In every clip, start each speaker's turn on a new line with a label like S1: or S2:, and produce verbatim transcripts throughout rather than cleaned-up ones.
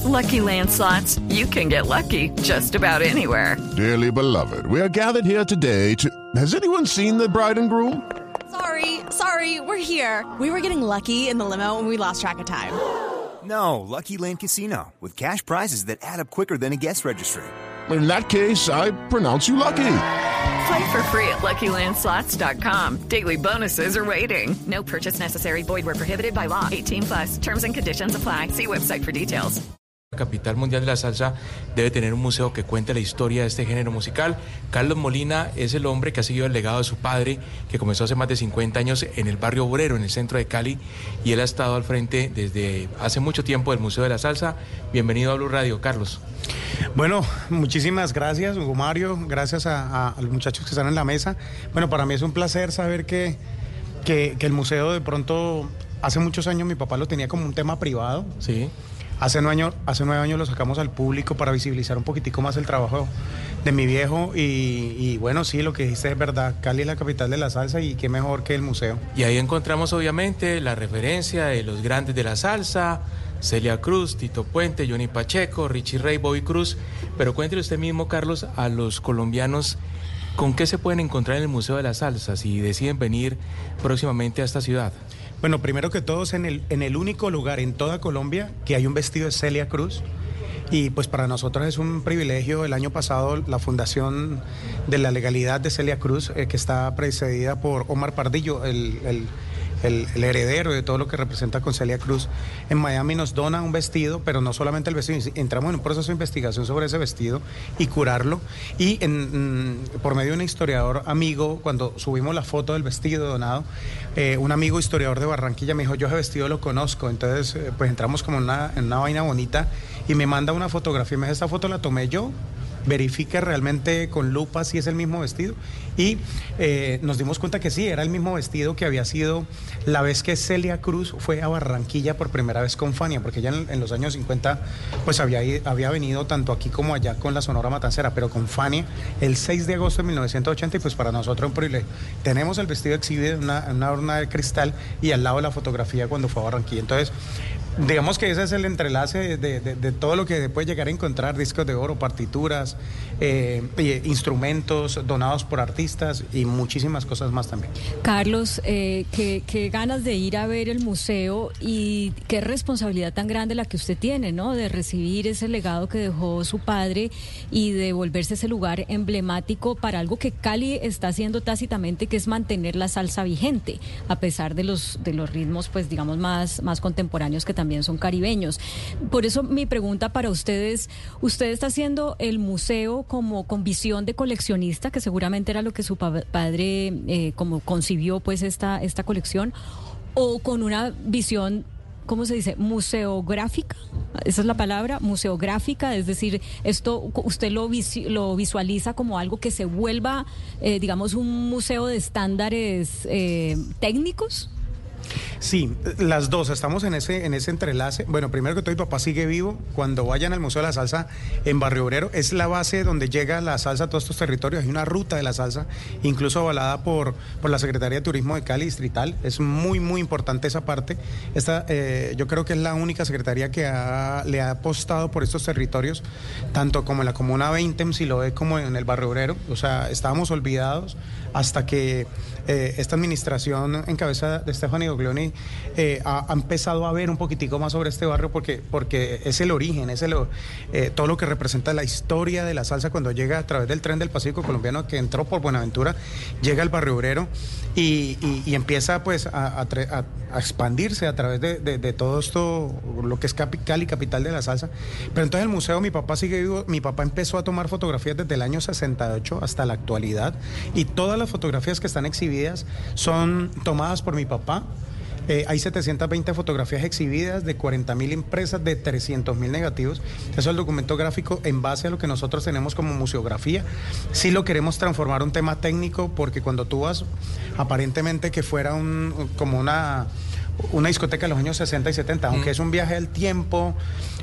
S1: Lucky Land Slots, you can get lucky just about anywhere.
S2: Dearly beloved, we are gathered here today to... Has anyone seen the bride and groom?
S3: Sorry, sorry, we're here. We were getting lucky in the limo and we lost track of time.
S4: No, Lucky Land Casino, with cash prizes that add up quicker than a guest registry.
S2: In that case, I pronounce you lucky.
S1: Play for free at Lucky Land Slots dot com. Daily bonuses are waiting. No purchase necessary. Void where prohibited by law. eighteen plus. Terms and conditions apply. See website for details.
S5: La capital mundial de la salsa debe tener un museo que cuente la historia de este género musical. Carlos Molina es el hombre que ha seguido el legado de su padre, que comenzó hace más de cincuenta años en el barrio obrero, en el centro de Cali, y él ha estado al frente desde hace mucho tiempo del Museo de la Salsa. Bienvenido a Blue Radio, Carlos.
S6: Bueno, muchísimas gracias, Hugo Mario, gracias a, a, a los muchachos que están en la mesa. Bueno, para mí es un placer saber que, que, que el museo de pronto, hace muchos años mi papá lo tenía como un tema privado.
S5: Sí.
S6: Hace nueve años, hace nueve años lo sacamos al público para visibilizar un poquitico más el trabajo de mi viejo y, y bueno, sí, lo que dijiste es verdad, Cali es la capital de la salsa y qué mejor que el museo.
S5: Y ahí encontramos obviamente la referencia de los grandes de la salsa, Celia Cruz, Tito Puente, Johnny Pacheco, Richie Ray, Bobby Cruz, pero cuéntele usted mismo, Carlos, a los colombianos, ¿con qué se pueden encontrar en el Museo de la Salsa si deciden venir próximamente a esta ciudad?
S6: Bueno, primero que todo es en el, en el único lugar en toda Colombia que hay un vestido de Celia Cruz y pues para nosotros es un privilegio. El año pasado la Fundación de la Legalidad de Celia Cruz, eh, que está precedida por Omar Pardillo, el... el El, el heredero de todo lo que representa con Celia Cruz, en Miami nos dona un vestido, pero no solamente el vestido, entramos en un proceso de investigación sobre ese vestido y curarlo, y en, por medio de un historiador amigo, cuando subimos la foto del vestido donado, eh, un amigo historiador de Barranquilla me dijo, yo ese vestido lo conozco, entonces eh, pues entramos como en una, en una vaina bonita, y me manda una fotografía, me dice, esta foto la tomé yo, verifica realmente con lupa si es el mismo vestido y eh, nos dimos cuenta que sí, era el mismo vestido que había sido la vez que Celia Cruz fue a Barranquilla por primera vez con Fania, porque ella en, en los años cincuenta pues había, había venido tanto aquí como allá con la Sonora Matancera, pero con Fania el seis de agosto de mil novecientos ochenta y pues para nosotros un privilegio. Tenemos el vestido exhibido en una, en una urna de cristal y al lado la fotografía cuando fue a Barranquilla, entonces digamos que ese es el entrelace de, de, de, de todo lo que puede llegar a encontrar, discos de oro, partituras, eh, instrumentos donados por artistas y muchísimas cosas más también.
S7: Carlos, eh, qué, qué ganas de ir a ver el museo y qué responsabilidad tan grande la que usted tiene, ¿no? De recibir ese legado que dejó su padre y de volverse ese lugar emblemático para algo que Cali está haciendo tácitamente, que es mantener la salsa vigente, a pesar de los, de los ritmos, pues digamos, más, más contemporáneos que también también son caribeños. Por eso mi pregunta para ustedes, ¿usted está haciendo el museo como con visión de coleccionista, que seguramente era lo que su pa- padre eh, como concibió pues esta, esta colección, o con una visión, ¿cómo se dice? Museográfica, esa es la palabra, museográfica, es decir, esto usted lo, visu- lo visualiza como algo que se vuelva, eh, digamos, un museo de estándares eh, técnicos?
S6: Sí, las dos, estamos en ese, en ese entrelace. Bueno, primero que todo, mi papá sigue vivo. Cuando vayan al Museo de la Salsa en Barrio Obrero, es la base donde llega la salsa a todos estos territorios. Hay una ruta de la salsa, incluso avalada por, por la Secretaría de Turismo de Cali Distrital. Es muy, muy importante esa parte. Esta, eh, yo creo que es la única secretaría que ha, le ha apostado por estos territorios, tanto como en la Comuna veinte, en Siloé, como en el Barrio Obrero. O sea, estábamos olvidados hasta que eh, esta administración en cabeza de Stephanie Doglioni eh, ha, ha empezado a ver un poquitico más sobre este barrio porque, porque es el origen, es el, eh, todo lo que representa la historia de la salsa cuando llega a través del tren del Pacífico colombiano que entró por Buenaventura, llega al Barrio Obrero y, y, y empieza pues a, a, a, a expandirse a través de, de, de todo esto, lo que es Cali, capital de la salsa. Pero entonces el museo, mi papá sigue vivo, mi papá empezó a tomar fotografías desde el año sesenta y ocho hasta la actualidad y todas las fotografías que están exhibidas son tomadas por mi papá. Eh, hay setecientas veinte fotografías exhibidas de cuarenta mil impresas de trescientos mil negativos. Eso es el documento gráfico en base a lo que nosotros tenemos como museografía. Sí lo queremos transformar un tema técnico porque cuando tú vas, aparentemente que fuera un como una... una discoteca de los años sesenta y setenta, aunque mm. es un viaje al tiempo,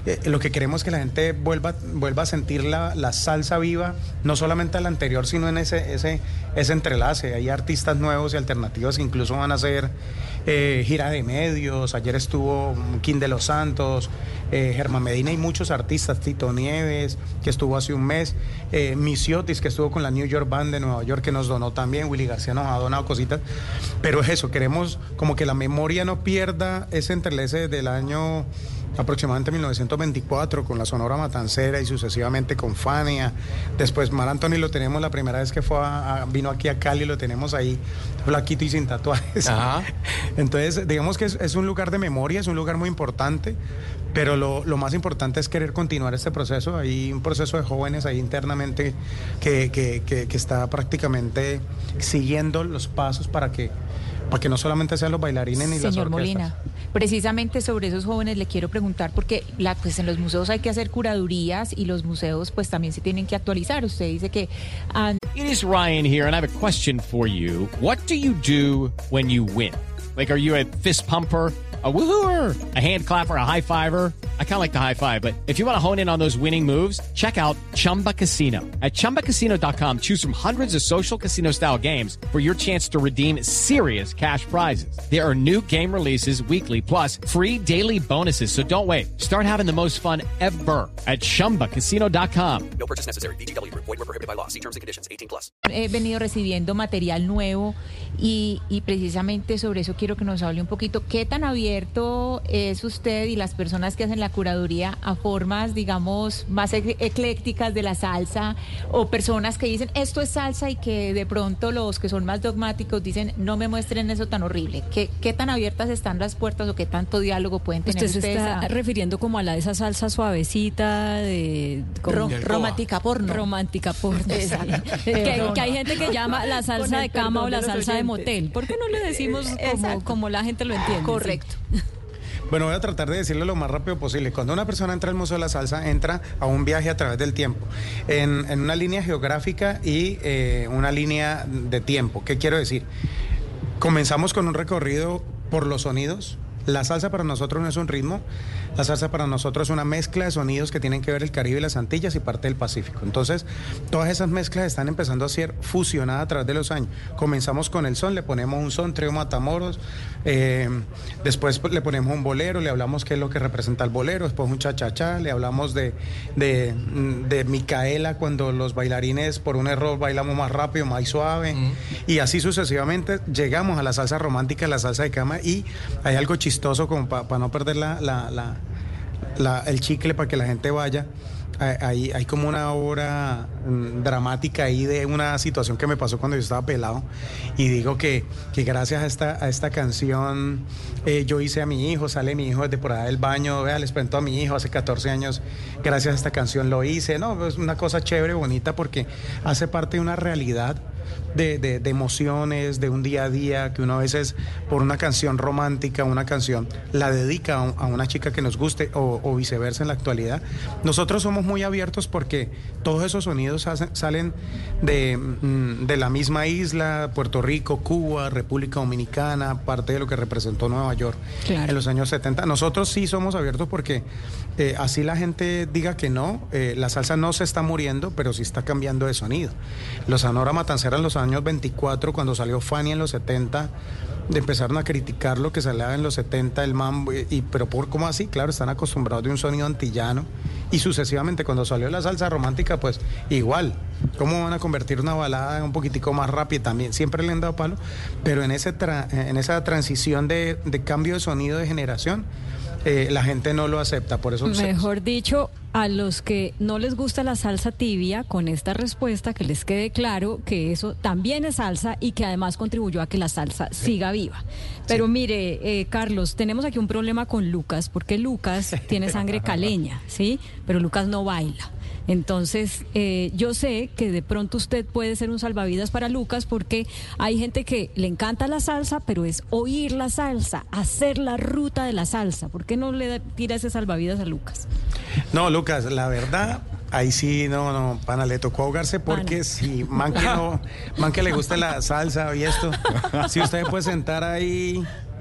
S6: eh, lo que queremos es que la gente vuelva, vuelva a sentir la, la salsa viva, no solamente a la anterior, sino en ese, ese, ese entrelace. Hay artistas nuevos y alternativos que incluso van a hacer eh, gira de medios. Ayer estuvo King de los Santos, eh, Germán Medina y muchos artistas, Tito Nieves, que estuvo hace un mes, eh, Misiotis, que estuvo con la New York Band de Nueva York, que nos donó también, Willy García nos ha donado cositas, pero es eso, queremos como que la memoria no pierda ese entrelace del año aproximadamente mil novecientos veinticuatro con la Sonora Matancera y sucesivamente con Fania. Después Mar Anthony lo tenemos la primera vez que fue a, a, vino aquí a Cali, lo tenemos ahí flaquito y sin tatuajes. Ajá. Entonces digamos que es, es un lugar de memoria, es un lugar muy importante, pero lo, lo más importante es querer continuar este proceso. Hay un proceso de jóvenes ahí internamente que, que, que, que está prácticamente siguiendo los pasos para que para que no solamente sean los bailarines ni las orquestas.
S8: Señor Molina, precisamente sobre esos jóvenes le quiero preguntar, porque la, pues en los museos hay que hacer curadurías y los museos pues también se tienen que actualizar. Usted dice que... Um...
S9: It is Ryan here, and I have a question for you. What do you do when you win? Like, are you a fist pumper, a woohooer, a hand clapper, a high fiver? I kind of like the high five, but if you want to hone in on those winning moves, check out Chumba Casino. At chumba casino dot com, choose from hundreds of social casino style games for your chance to redeem serious cash prizes. There are new game releases weekly, plus free daily bonuses. So don't wait. Start having the most fun ever at chumba casino dot com.
S10: No purchase necessary. V G W Group. Void where prohibited by law. See terms and conditions. eighteen plus.
S8: He venido recibiendo material nuevo y, y precisamente sobre eso quiero que nos hable un poquito. ¿Qué tan abierto es usted y las personas que hacen la curaduría a formas, digamos, más eclécticas de la salsa, o personas que dicen esto es salsa y que de pronto los que son más dogmáticos dicen no me muestren eso tan horrible? ¿Qué, qué tan abiertas están las puertas o qué tanto diálogo pueden tener
S7: usted
S8: ustedes?
S7: ¿Usted se está a... refiriendo como a la de esa salsa suavecita de
S8: Ro romántica porno?
S7: Romántica porno. Exacto. que, que hay gente que llama la salsa de cama o la salsa de motel. ¿Por qué no le decimos como, como la gente lo entiende?
S8: Correcto.
S6: Sí. Bueno, voy a tratar de decirlo lo más rápido posible. Cuando una persona entra al Museo de la Salsa, entra a un viaje a través del tiempo, en, en una línea geográfica y eh, una línea de tiempo. ¿Qué quiero decir? Comenzamos con un recorrido por los sonidos. La salsa para nosotros no es un ritmo, la salsa para nosotros es una mezcla de sonidos que tienen que ver el Caribe y las Antillas y parte del Pacífico. Entonces, todas esas mezclas están empezando a ser fusionadas a través de los años. Comenzamos con el son, le ponemos un son, trío Matamoros, eh, después le ponemos un bolero, le hablamos qué es lo que representa el bolero, después un cha-cha-cha, le hablamos de, de, de Micaela, cuando los bailarines por un error bailamos más rápido, más suave, mm. y así sucesivamente llegamos a la salsa romántica, la salsa de cama, y hay algo chistoso chistoso como para pa no perder la, la, la, la, el chicle para que la gente vaya. Hay, hay como una obra um, dramática ahí de una situación que me pasó cuando yo estaba pelado, y digo que, que gracias a esta, a esta canción eh, yo hice a mi hijo, sale mi hijo desde por allá del baño, vea, les presento a mi hijo hace catorce años, gracias a esta canción lo hice. No, es una cosa chévere, bonita, porque hace parte de una realidad De, de, de emociones, de un día a día, que uno a veces por una canción romántica, una canción la dedica a, a una chica que nos guste, o, o viceversa en la actualidad. Nosotros somos muy abiertos porque todos esos sonidos hacen, salen de, de la misma isla, Puerto Rico, Cuba, República Dominicana, parte de lo que representó Nueva York, claro, en los años setenta. Nosotros sí somos abiertos porque eh, así la gente diga que no, eh, la salsa no se está muriendo, pero sí está cambiando de sonido. Los Sonora Matancera en los años veinticuatro, cuando salió Fania en los setenta, empezaron a criticar lo que salía en los setenta, el mambo, y, y, pero por ¿cómo así? Claro, están acostumbrados de un sonido antillano, y sucesivamente cuando salió la salsa romántica, pues igual, ¿cómo van a convertir una balada en un poquitico más rápida? También siempre le han dado palo, pero en, ese tra en esa transición de, de cambio de sonido de generación, Eh, la gente no lo acepta, por eso...
S7: Mejor
S6: se...
S7: dicho, a los que no les gusta la salsa tibia, con esta respuesta, que les quede claro que eso también es salsa y que además contribuyó a que la salsa sí. siga viva. Pero sí. mire, eh, Carlos, tenemos aquí un problema con Lucas, porque Lucas tiene sangre caleña, ¿sí? Pero Lucas no baila. Entonces, eh, yo sé que de pronto usted puede ser un salvavidas para Lucas, porque hay gente que le encanta la salsa, pero es oír la salsa, hacer la ruta de la salsa. ¿Por qué no le tira ese salvavidas a Lucas?
S6: No, Lucas, la verdad, ahí sí, no, no, pana, le tocó ahogarse, porque pana. si man que no, man que le guste la salsa y esto, si usted puede sentar ahí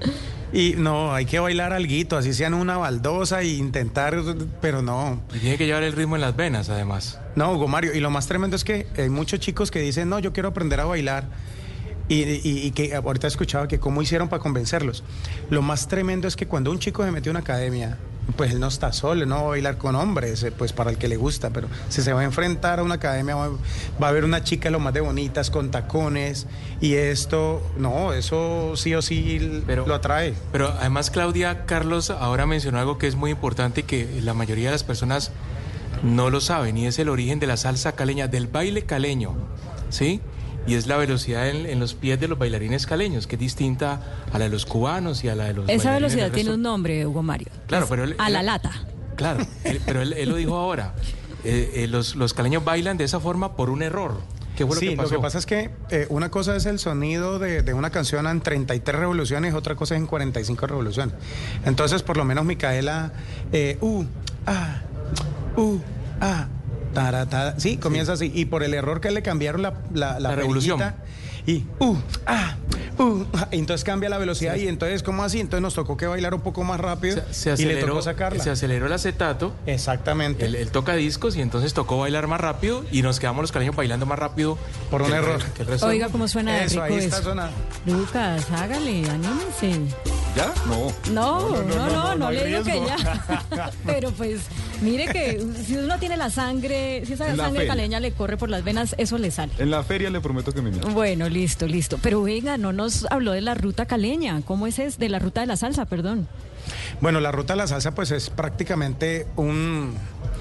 S6: Y no, hay que bailar alguito, así sean una baldosa e intentar, pero no.
S5: Y tiene que llevar el ritmo en las venas, además.
S6: No, Hugo Mario, y lo más tremendo es que hay muchos chicos que dicen, no, yo quiero aprender a bailar. Y, y, y que ahorita escuchaba que cómo hicieron para convencerlos. Lo más tremendo es que cuando un chico se metió a una academia, pues él no está solo, no va a bailar con hombres, pues para el que le gusta, pero si se va a enfrentar a una academia, va, va a haber una chica lo más de bonitas, con tacones, y esto, no, eso sí o sí pero, lo atrae.
S5: Pero además, Claudia, Carlos ahora mencionó algo que es muy importante y que la mayoría de las personas no lo saben, y es el origen de la salsa caleña, del baile caleño, ¿sí? Y es la velocidad en, en los pies de los bailarines caleños, que es distinta a la de los cubanos y a la de los
S7: Esa
S5: bailarines
S7: velocidad
S5: del
S7: tiene
S5: resto.
S7: un nombre, Hugo Mario.
S5: Claro,
S7: Es
S5: pero él,
S7: a
S5: él-
S7: la lata.
S5: Claro, él- pero él, él lo dijo ahora. Eh, eh, los, los caleños bailan de esa forma por un error. ¿Qué fue lo
S6: Sí,
S5: que pasó?
S6: lo que pasa es que eh, una cosa es el sonido de, de una canción en treinta y tres revoluciones, otra cosa es en cuarenta y cinco revoluciones. Entonces, por lo menos Micaela, eh, uh, ah, uh, ah, tara, tara, sí, comienza así. Y por el error que le cambiaron la, la,
S5: La revolución.
S6: perillita, y uh, ah, uh, ah, entonces cambia la velocidad y entonces, ¿cómo así? Entonces nos tocó que bailar un poco más rápido
S5: Se, se
S6: y le
S5: aceleró,
S6: tocó sacarla.
S5: se aceleró el acetato,
S6: Exactamente.
S5: el, el tocadiscos, y entonces tocó bailar más rápido y nos quedamos los caleños bailando más rápido.
S6: Por un
S5: que el
S6: error.
S5: re- que el resto.
S7: Oiga cómo suena de
S6: Eso,
S7: rico
S6: ahí está
S7: eso.
S6: sonando.
S7: Lucas, hágale, anímese.
S11: ¿Ya? No.
S7: No, no, no, no, no,
S11: hay
S7: le digo que
S11: riesgo.
S7: ya. Pero pues, mire que si uno tiene la sangre, si esa
S11: En la
S7: sangre
S11: feria.
S7: caleña le corre por las venas, eso le sale.
S11: En la feria le prometo que me miento.
S7: Bueno, listo, listo. Pero venga, no nos habló de la ruta caleña. ¿Cómo es eso? De la ruta de la salsa, perdón.
S6: Bueno, la ruta de la salsa pues es prácticamente un,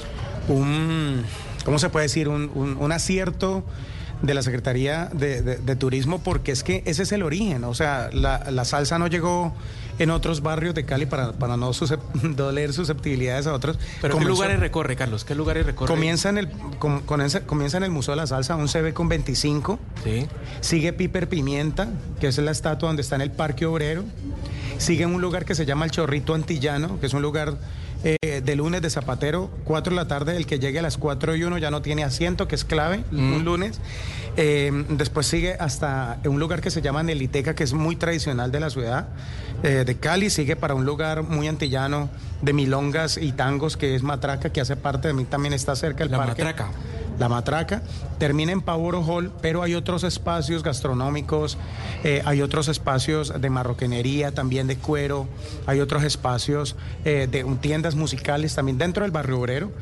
S6: un ¿cómo se puede decir? Un, un- un acierto de la Secretaría de, de- de Turismo, porque es que ese es el origen. O sea, la, la salsa no llegó en otros barrios de Cali para, para no suscep- doler susceptibilidades a otros.
S5: Pero ¿qué
S6: Comenzó-
S5: lugares recorre, Carlos? ¿Qué lugares recorre?
S6: Comienza en, el, com- con ese- comienza en el Museo de la Salsa, un C B con veinticinco.
S5: Sí.
S6: Sigue Piper Pimienta, que es la estatua donde está en el Parque Obrero. Sigue en un lugar que se llama El Chorrito Antillano, que es un lugar eh, de lunes de Zapatero, cuatro de la tarde. El que llegue a las cuatro y uno ya no tiene asiento, que es clave,
S5: Mm.
S6: un lunes. Eh, después sigue hasta un lugar que se llama Neliteca, que es muy tradicional de la ciudad eh, de Cali. Sigue para un lugar muy antillano de milongas y tangos, que es Matraca, que hace parte de mí, también está cerca del
S5: La
S6: parque.
S5: Matraca.
S6: La Matraca, termina en Pavoro Hall, pero hay otros espacios gastronómicos, eh, hay otros espacios de marroquinería, también de cuero, hay otros espacios eh, de um, tiendas musicales también dentro del barrio obrero,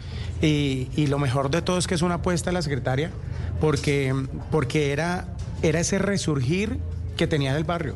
S6: y, y lo mejor de todo es que es una apuesta de la secretaria, porque, porque era, era ese resurgir que tenía el barrio.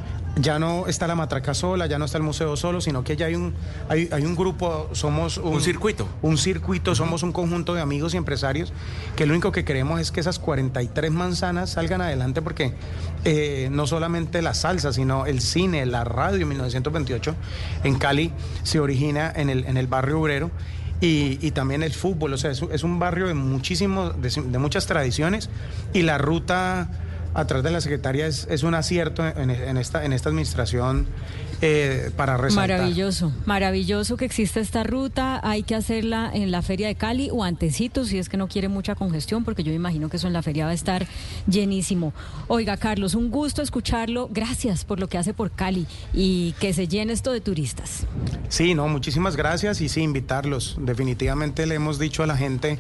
S6: Ya no está la Matraca sola, ya no está el museo solo, sino que ya hay un, hay, hay un grupo, somos un,
S5: Un circuito.
S6: Un circuito, somos un conjunto de amigos y empresarios que lo único que queremos es que esas cuarenta y tres manzanas salgan adelante, porque eh, no solamente la salsa, sino el cine, la radio en mil novecientos veintiocho en Cali se origina en el, en el barrio obrero. Y, y también el fútbol, o sea, es, es un barrio de muchísimos, de, de muchas tradiciones, y la ruta a través de la secretaria es, es un acierto en, en esta, en esta administración eh, para resaltar.
S7: Maravilloso, maravilloso que exista esta ruta. Hay que hacerla en la Feria de Cali o antecito, si es que no quiere mucha congestión, porque yo imagino que eso en la feria va a estar llenísimo. Oiga, Carlos, un gusto escucharlo. Gracias por lo que hace por Cali y que se llene esto de turistas.
S6: Sí, no, muchísimas gracias, y sí, invitarlos. Definitivamente le hemos dicho a la gente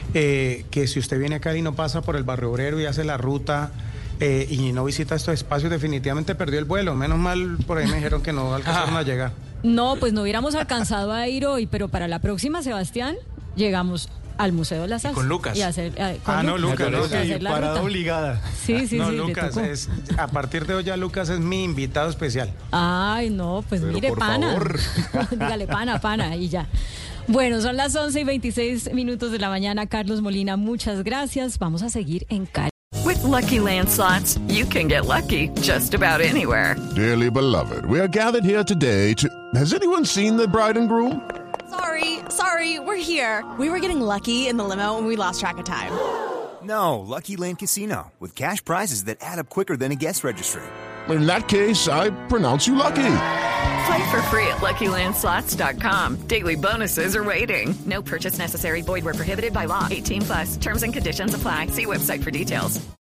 S6: eh, que si usted viene a Cali y no pasa por el barrio obrero y hace la ruta eh, y no visita estos espacios, definitivamente perdió el vuelo. Menos mal, por ahí me dijeron que no alcanzaron a llegar.
S7: No, pues no hubiéramos alcanzado a ir hoy, pero para la próxima, Sebastián, llegamos al Museo de la Salsa.
S5: con Lucas.
S7: Y hacer, eh, con
S6: Ah, no, Lucas,
S7: y
S6: no,
S7: hacer la
S11: parada
S7: ruta.
S11: obligada.
S7: Sí, sí,
S6: no,
S7: sí, le
S6: Lucas,
S7: tocó.
S6: es, a partir de hoy ya Lucas es mi invitado especial.
S7: Ay, no, pues
S11: Pero
S7: mire,
S11: por
S7: pana.
S11: favor.
S7: Dígale, pana, pana, y ya. Bueno, son las once y veintiséis minutos de la mañana. Carlos Molina, muchas gracias. Vamos a seguir en Cali.
S1: With Lucky Land Slots, you can get lucky just about anywhere.
S2: Dearly beloved, we are gathered here today to... Has anyone seen the bride and groom?
S3: Sorry, sorry, we're here. We were getting lucky in the limo and we lost track of time.
S4: No, Lucky Land Casino, with cash prizes that add up quicker than a guest registry.
S2: In that case, I pronounce you lucky.
S1: Play for free at lucky land slots dot com. Daily bonuses are waiting. No purchase necessary. Void where prohibited by law. eighteen plus. Terms and conditions apply. See website for details.